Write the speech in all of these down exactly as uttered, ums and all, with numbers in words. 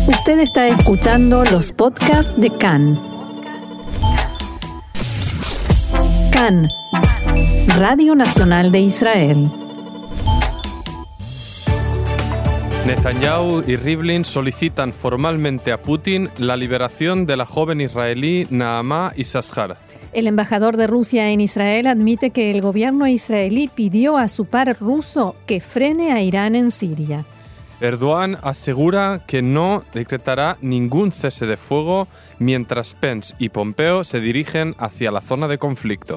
Usted está escuchando los podcasts de C A N. C A N, Radio Nacional de Israel. Netanyahu y Rivlin solicitan formalmente a Putin la liberación de la joven israelí Naamá Issachar. El embajador de Rusia en Israel admite que el gobierno israelí pidió a su par ruso que frene a Irán en Siria. Erdogan asegura que no decretará ningún cese de fuego mientras Pence y Pompeo se dirigen hacia la zona de conflicto.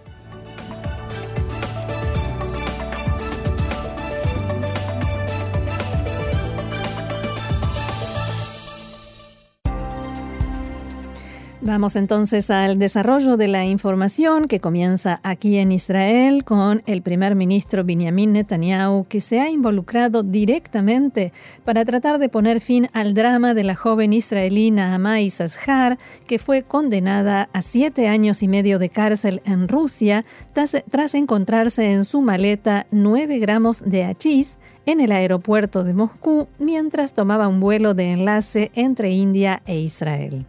Vamos entonces al desarrollo de la información que comienza aquí en Israel con el primer ministro Benjamin Netanyahu, que se ha involucrado directamente para tratar de poner fin al drama de la joven israelí Naamá Issachar, que fue condenada a siete años y medio de cárcel en Rusia tras, tras encontrarse en su maleta nueve gramos de hachís en el aeropuerto de Moscú mientras tomaba un vuelo de enlace entre India e Israel.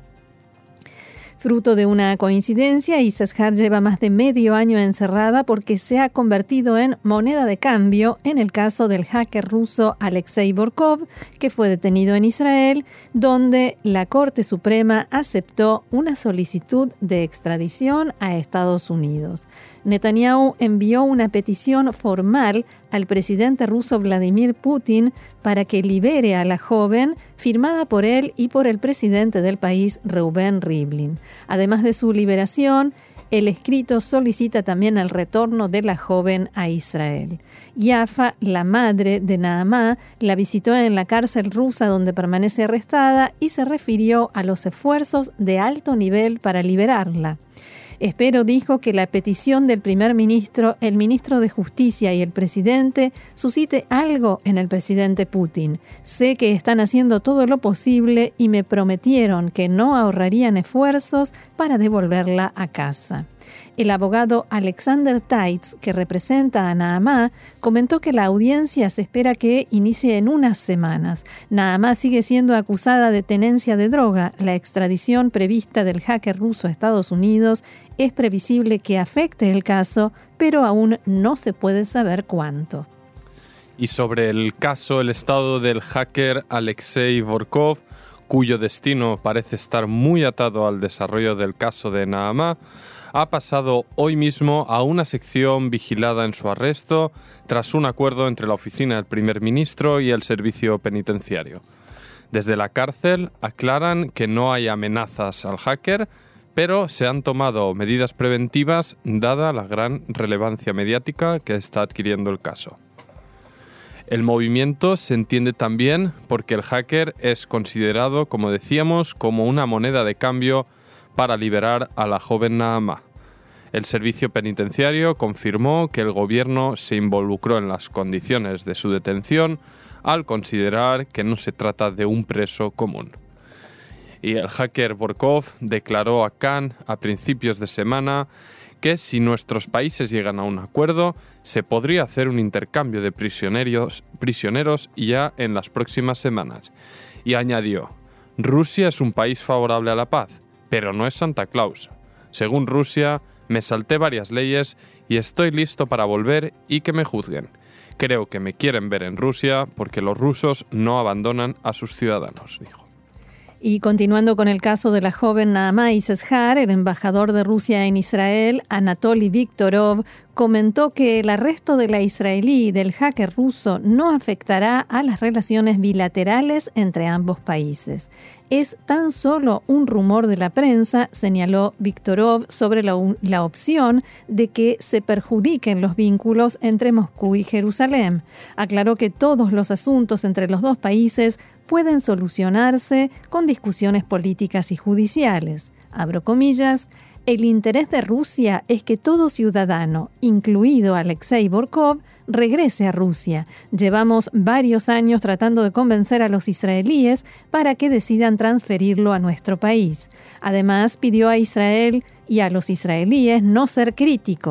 Fruto de una coincidencia, Issachar lleva más de medio año encerrada porque se ha convertido en moneda de cambio en el caso del hacker ruso Alexei Borkov, que fue detenido en Israel, donde la Corte Suprema aceptó una solicitud de extradición a Estados Unidos. Netanyahu envió una petición formal al presidente ruso Vladimir Putin para que libere a la joven, firmada por él y por el presidente del país, Reuven Rivlin. Además de su liberación, el escrito solicita también el retorno de la joven a Israel. Yafa, la madre de Naamá, la visitó en la cárcel rusa donde permanece arrestada y se refirió a los esfuerzos de alto nivel para liberarla. Espero, dijo, que la petición del primer ministro, el ministro de Justicia y el presidente suscite algo en el presidente Putin. Sé que están haciendo todo lo posible y me prometieron que no ahorrarían esfuerzos para devolverla a casa. El abogado Alexander Taitz, que representa a Naamá, comentó que la audiencia se espera que inicie en unas semanas. Naamá sigue siendo acusada de tenencia de droga. La extradición prevista del hacker ruso a Estados Unidos es previsible que afecte el caso, pero aún no se puede saber cuánto. Y sobre el caso, el estado del hacker Alexei Borkov, cuyo destino parece estar muy atado al desarrollo del caso de Naamá, ha pasado hoy mismo a una sección vigilada en su arresto tras un acuerdo entre la oficina del primer ministro y el servicio penitenciario. Desde la cárcel aclaran que no hay amenazas al hacker, pero se han tomado medidas preventivas dada la gran relevancia mediática que está adquiriendo el caso. El movimiento se entiende también porque el hacker es considerado, como decíamos, como una moneda de cambio para liberar a la joven Naamá. El servicio penitenciario confirmó que el gobierno se involucró en las condiciones de su detención al considerar que no se trata de un preso común. Y el hacker Borkov declaró a C A N a principios de semana que si nuestros países llegan a un acuerdo, se podría hacer un intercambio de prisioneros, prisioneros ya en las próximas semanas. Y añadió, Rusia es un país favorable a la paz, pero no es Santa Claus. Según Rusia, me salté varias leyes y estoy listo para volver y que me juzguen. Creo que me quieren ver en Rusia porque los rusos no abandonan a sus ciudadanos, dijo. Y continuando con el caso de la joven Naamá Issachar, el embajador de Rusia en Israel, Anatoly Viktorov, comentó que el arresto de la israelí y del hacker ruso no afectará a las relaciones bilaterales entre ambos países. Es tan solo un rumor de la prensa, señaló Viktorov, sobre la, la opción de que se perjudiquen los vínculos entre Moscú y Jerusalén. Aclaró que todos los asuntos entre los dos países pueden solucionarse con discusiones políticas y judiciales. Abro comillas, el interés de Rusia es que todo ciudadano, incluido Alexei Borkov, regrese a Rusia. Llevamos varios años tratando de convencer a los israelíes para que decidan transferirlo a nuestro país. Además, pidió a Israel y a los israelíes no ser críticos.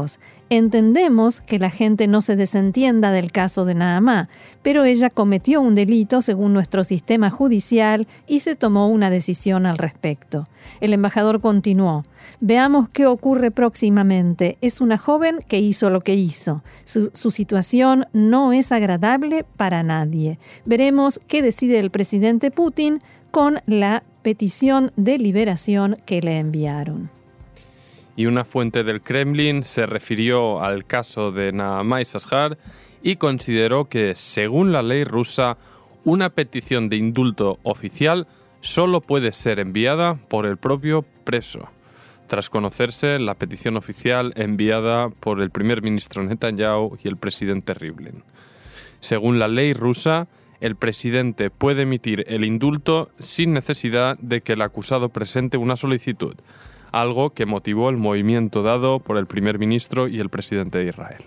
Entendemos que la gente no se desentienda del caso de Naamá, pero ella cometió un delito según nuestro sistema judicial y se tomó una decisión al respecto. El embajador continuó: veamos qué ocurre próximamente. Es una joven que hizo lo que hizo. Su, su situación no es agradable para nadie. Veremos qué decide el presidente Putin con la petición de liberación que le enviaron. Y una fuente del Kremlin se refirió al caso de Naamá Isashar y consideró que, según la ley rusa, una petición de indulto oficial solo puede ser enviada por el propio preso, tras conocerse la petición oficial enviada por el primer ministro Netanyahu y el presidente Rivlin. Según la ley rusa, el presidente puede emitir el indulto sin necesidad de que el acusado presente una solicitud, algo que motivó el movimiento dado por el primer ministro y el presidente de Israel.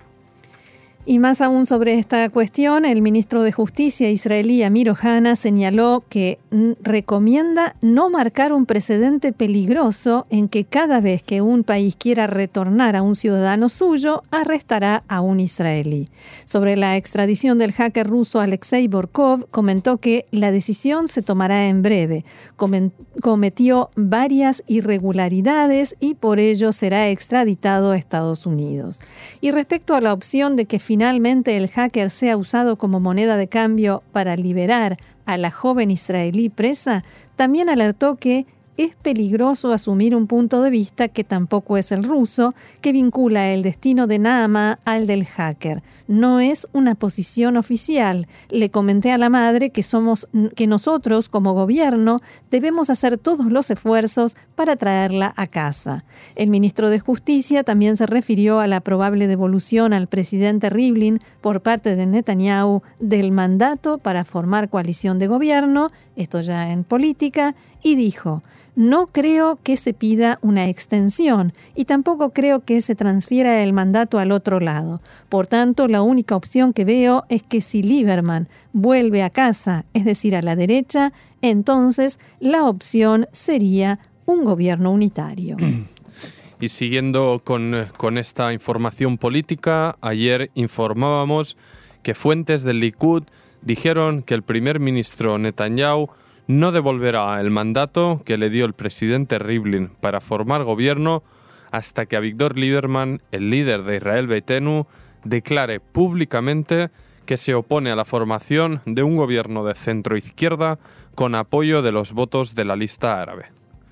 Y más aún sobre esta cuestión, el ministro de Justicia israelí Amir Ohana señaló que recomienda no marcar un precedente peligroso en que cada vez que un país quiera retornar a un ciudadano suyo, arrestará a un israelí. Sobre la extradición del hacker ruso Alexei Borkov, comentó que la decisión se tomará en breve. Cometió varias irregularidades y por ello será extraditado a Estados Unidos. Y respecto a la opción de que finalmente el hacker sea usado como moneda de cambio para liberar a la joven israelí presa, también alertó que es peligroso asumir un punto de vista que tampoco es el ruso, que vincula el destino de Naamá al del hacker. No es una posición oficial. Le comenté a la madre que somos, que nosotros, como gobierno, debemos hacer todos los esfuerzos para traerla a casa. El ministro de Justicia también se refirió a la probable devolución al presidente Rivlin por parte de Netanyahu del mandato para formar coalición de gobierno, esto ya en política, y dijo: no creo que se pida una extensión y tampoco creo que se transfiera el mandato al otro lado. Por tanto, la única opción que veo es que si Lieberman vuelve a casa, es decir, a la derecha, entonces la opción sería un gobierno unitario. Y siguiendo con, con esta información política, ayer informábamos que fuentes del Likud dijeron que el primer ministro Netanyahu no devolverá el mandato que le dio el presidente Rivlin para formar gobierno hasta que Avigdor Lieberman, el líder de Israel Beitenu, declare públicamente que se opone a la formación de un gobierno de centro-izquierda con apoyo de los votos de la lista árabe.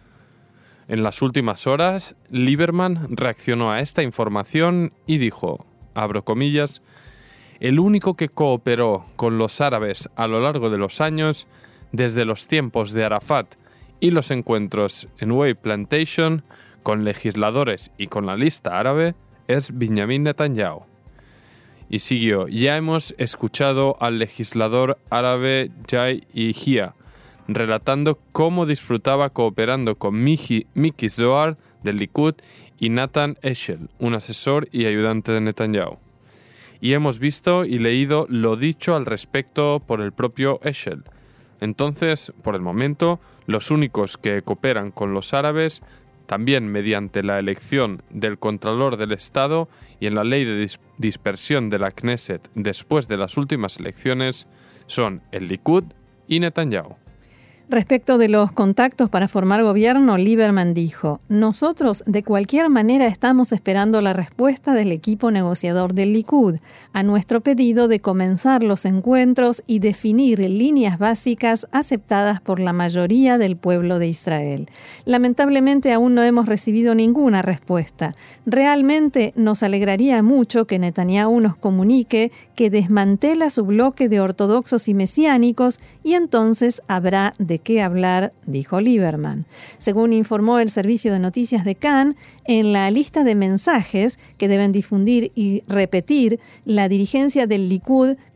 En las últimas horas, Lieberman reaccionó a esta información y dijo, abro comillas, el único que cooperó con los árabes a lo largo de los años, desde los tiempos de Arafat y los encuentros en Way Plantation con legisladores y con la lista árabe, es Benjamin Netanyahu. Y siguió, ya hemos escuchado al legislador árabe Jay Yehia relatando cómo disfrutaba cooperando con Miki, Miki Zohar del Likud y Nathan Eshel, un asesor y ayudante de Netanyahu. Y hemos visto y leído lo dicho al respecto por el propio Eshel. Entonces, por el momento, los únicos que cooperan con los árabes, también mediante la elección del Contralor del Estado y en la ley de dis- dispersión de la Knesset después de las últimas elecciones, son el Likud y Netanyahu. Respecto de los contactos para formar gobierno, Lieberman dijo, nosotros de cualquier manera estamos esperando la respuesta del equipo negociador del Likud a nuestro pedido de comenzar los encuentros y definir líneas básicas aceptadas por la mayoría del pueblo de Israel. Lamentablemente aún no hemos recibido ninguna respuesta. Realmente nos alegraría mucho que Netanyahu nos comunique que desmantela su bloque de ortodoxos y mesiánicos y entonces habrá de qué hablar, dijo Lieberman. Según informó el servicio de noticias de Cannes, en la lista de mensajes que deben difundir y repetir, la dirigencia del Likud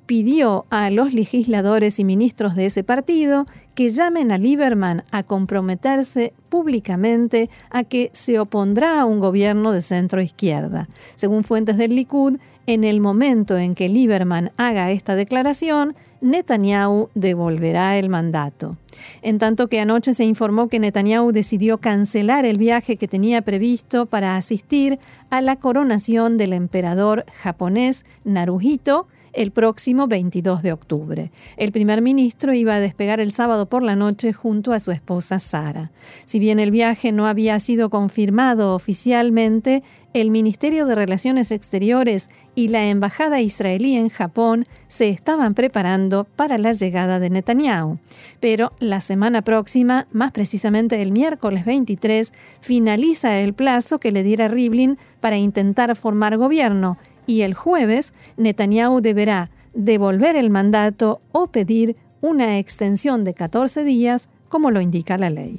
pidió a los legisladores y ministros de ese partido que llamen a Lieberman a comprometerse públicamente a que se opondrá a un gobierno de centro-izquierda. Según fuentes del Likud, en el momento en que Lieberman haga esta declaración, Netanyahu devolverá el mandato. En tanto que anoche se informó que Netanyahu decidió cancelar el viaje que tenía previsto para asistir a la coronación del emperador japonés Naruhito el próximo veintidós de octubre. El primer ministro iba a despegar el sábado por la noche junto a su esposa Sara. Si bien el viaje no había sido confirmado oficialmente, el Ministerio de Relaciones Exteriores y la Embajada israelí en Japón se estaban preparando para la llegada de Netanyahu. Pero la semana próxima, más precisamente el miércoles veintitrés, finaliza el plazo que le diera Rivlin para intentar formar gobierno, y el jueves Netanyahu deberá devolver el mandato o pedir una extensión de catorce días, como lo indica la ley.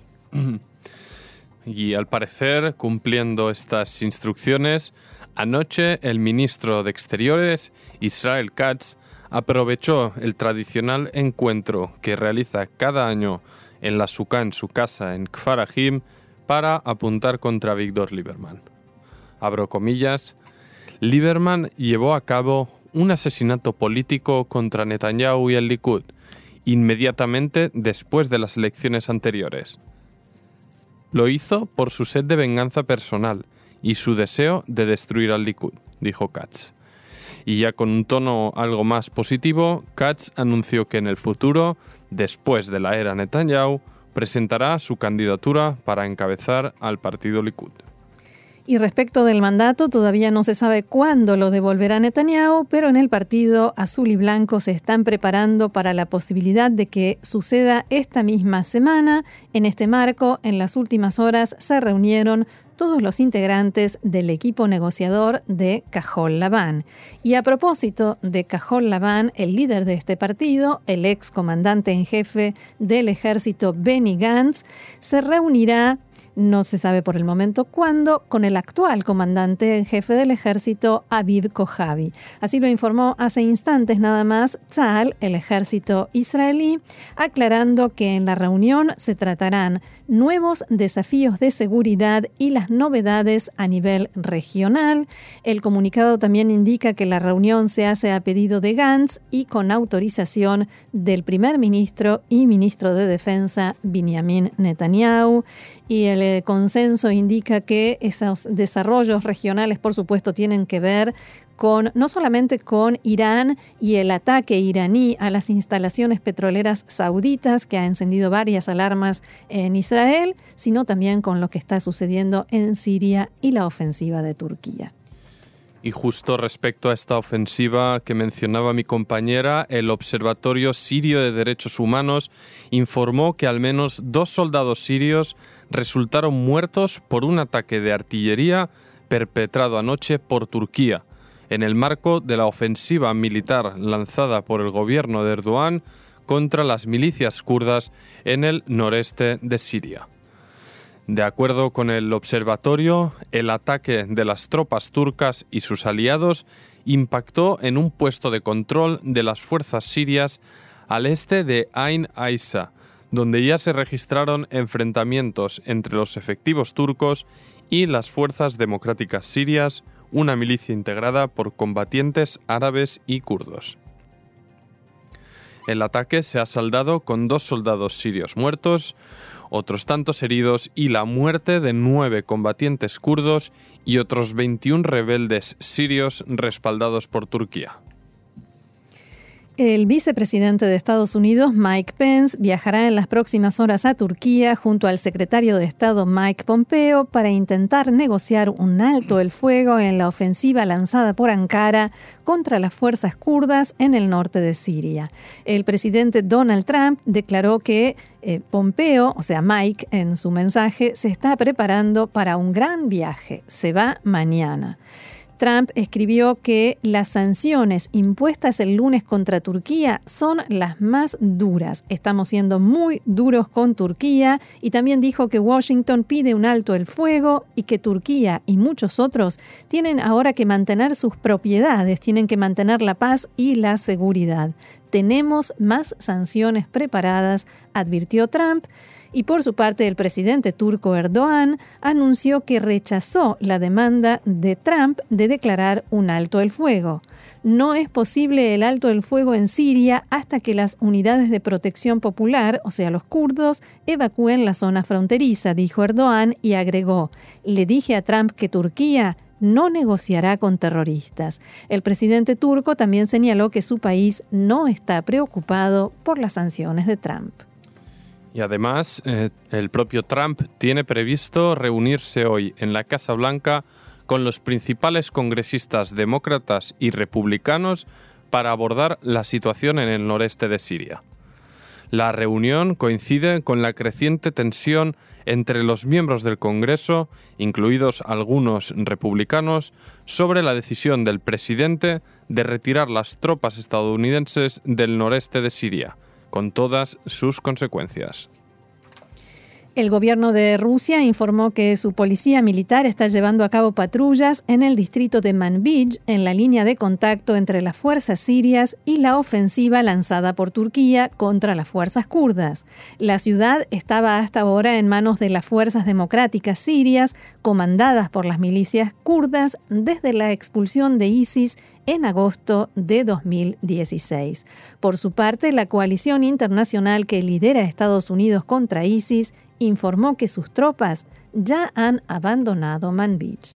Y al parecer, cumpliendo estas instrucciones, anoche el ministro de Exteriores, Israel Katz, aprovechó el tradicional encuentro que realiza cada año en la Sukkah en su casa en Kfar Achim para apuntar contra Víctor Lieberman. Abro comillas. Lieberman llevó a cabo un asesinato político contra Netanyahu y el Likud, inmediatamente después de las elecciones anteriores. Lo hizo por su sed de venganza personal y su deseo de destruir al Likud, dijo Katz. Y ya con un tono algo más positivo, Katz anunció que en el futuro, después de la era Netanyahu, presentará su candidatura para encabezar al partido Likud. Y respecto del mandato, todavía no se sabe cuándo lo devolverá Netanyahu, pero en el partido azul y blanco se están preparando para la posibilidad de que suceda esta misma semana. En este marco, en las últimas horas se reunieron todos los integrantes del equipo negociador de Kahol Lavan. Y a propósito de Kahol Lavan, el líder de este partido, el ex comandante en jefe del ejército Benny Gantz, se reunirá, no se sabe por el momento cuándo, con el actual comandante en jefe del ejército, Aviv Kojavi. Así lo informó hace instantes nada más Tzahal, el ejército israelí, aclarando que en la reunión se tratarán nuevos desafíos de seguridad y las novedades a nivel regional. El comunicado también indica que la reunión se hace a pedido de Gantz y con autorización del primer ministro y ministro de Defensa, Binyamin Netanyahu. Y el consenso indica que esos desarrollos regionales, por supuesto, tienen que ver con no solamente con Irán y el ataque iraní a las instalaciones petroleras sauditas, que ha encendido varias alarmas en Israel, sino también con lo que está sucediendo en Siria y la ofensiva de Turquía. Y justo respecto a esta ofensiva que mencionaba mi compañera, el Observatorio Sirio de Derechos Humanos informó que al menos dos soldados sirios resultaron muertos por un ataque de artillería perpetrado anoche por Turquía, en el marco de la ofensiva militar lanzada por el gobierno de Erdogan contra las milicias kurdas en el noreste de Siria. De acuerdo con el observatorio, el ataque de las tropas turcas y sus aliados impactó en un puesto de control de las fuerzas sirias al este de Ain Aisa, donde ya se registraron enfrentamientos entre los efectivos turcos y las fuerzas democráticas sirias, una milicia integrada por combatientes árabes y kurdos. El ataque se ha saldado con dos soldados sirios muertos, otros tantos heridos y la muerte de nueve combatientes kurdos y otros veintiún rebeldes sirios respaldados por Turquía. El vicepresidente de Estados Unidos, Mike Pence, viajará en las próximas horas a Turquía junto al secretario de Estado Mike Pompeo para intentar negociar un alto el fuego en la ofensiva lanzada por Ankara contra las fuerzas kurdas en el norte de Siria. El presidente Donald Trump declaró que eh, Pompeo, o sea Mike, en su mensaje, se está preparando para un gran viaje. Se va mañana. Trump escribió que las sanciones impuestas el lunes contra Turquía son las más duras. Estamos siendo muy duros con Turquía, y también dijo que Washington pide un alto el fuego y que Turquía y muchos otros tienen ahora que mantener sus propiedades, tienen que mantener la paz y la seguridad. Tenemos más sanciones preparadas, advirtió Trump. Y por su parte, el presidente turco Erdogan anunció que rechazó la demanda de Trump de declarar un alto el fuego. No es posible el alto el fuego en Siria hasta que las unidades de protección popular, o sea, los kurdos, evacúen la zona fronteriza, dijo Erdogan, y agregó: le dije a Trump que Turquía no negociará con terroristas. El presidente turco también señaló que su país no está preocupado por las sanciones de Trump. Y además, eh, el propio Trump tiene previsto reunirse hoy en la Casa Blanca con los principales congresistas demócratas y republicanos para abordar la situación en el noreste de Siria. La reunión coincide con la creciente tensión entre los miembros del Congreso, incluidos algunos republicanos, sobre la decisión del presidente de retirar las tropas estadounidenses del noreste de Siria, con todas sus consecuencias. El gobierno de Rusia informó que su policía militar está llevando a cabo patrullas en el distrito de Manbij, en la línea de contacto entre las fuerzas sirias y la ofensiva lanzada por Turquía contra las fuerzas kurdas. La ciudad estaba hasta ahora en manos de las fuerzas democráticas sirias, comandadas por las milicias kurdas desde la expulsión de ISIS en agosto de dos mil dieciséis. Por su parte, la coalición internacional que lidera Estados Unidos contra ISIS informó que sus tropas ya han abandonado Manbij.